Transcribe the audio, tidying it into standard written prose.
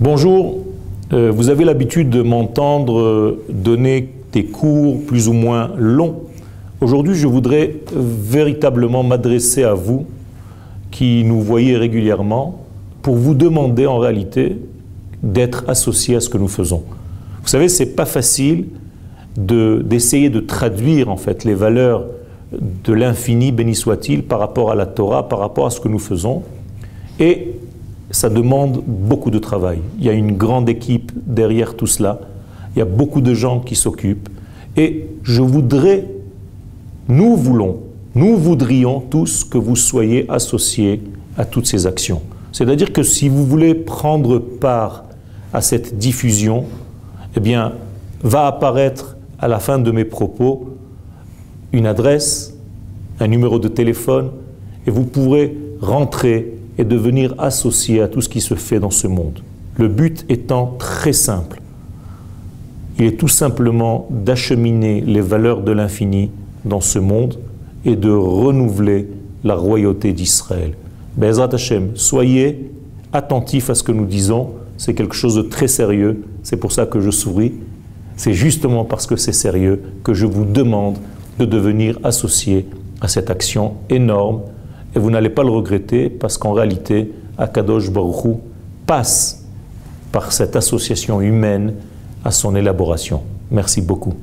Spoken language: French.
Bonjour, vous avez l'habitude de m'entendre donner des cours plus ou moins longs. Aujourd'hui, je voudrais véritablement m'adresser à vous qui nous voyez régulièrement pour vous demander en réalité d'être associé à ce que nous faisons. Vous savez, ce n'est pas facile d'essayer de traduire en fait les valeurs de l'infini, béni soit-il, par rapport à la Torah, par rapport à ce que nous faisons. Et ça demande beaucoup de travail. Il y a une grande équipe derrière tout cela. Il y a beaucoup de gens qui s'occupent. Et nous voudrions tous que vous soyez associés à toutes ces actions. C'est-à-dire que si vous voulez prendre part à cette diffusion, eh bien, va apparaître à la fin de mes propos une adresse, un numéro de téléphone, et vous pourrez rentrer et devenir associé à tout ce qui se fait dans ce monde. Le but étant très simple. Il est tout simplement d'acheminer les valeurs de l'infini dans ce monde et de renouveler la royauté d'Israël. Be'ezrat Hashem, soyez attentifs à ce que nous disons, c'est quelque chose de très sérieux, c'est pour ça que je souris. C'est justement parce que c'est sérieux que je vous demande de devenir associé à cette action énorme. Et vous n'allez pas le regretter parce qu'en réalité, Akadosh Baruch Hu passe par cette association humaine à son élaboration. Merci beaucoup.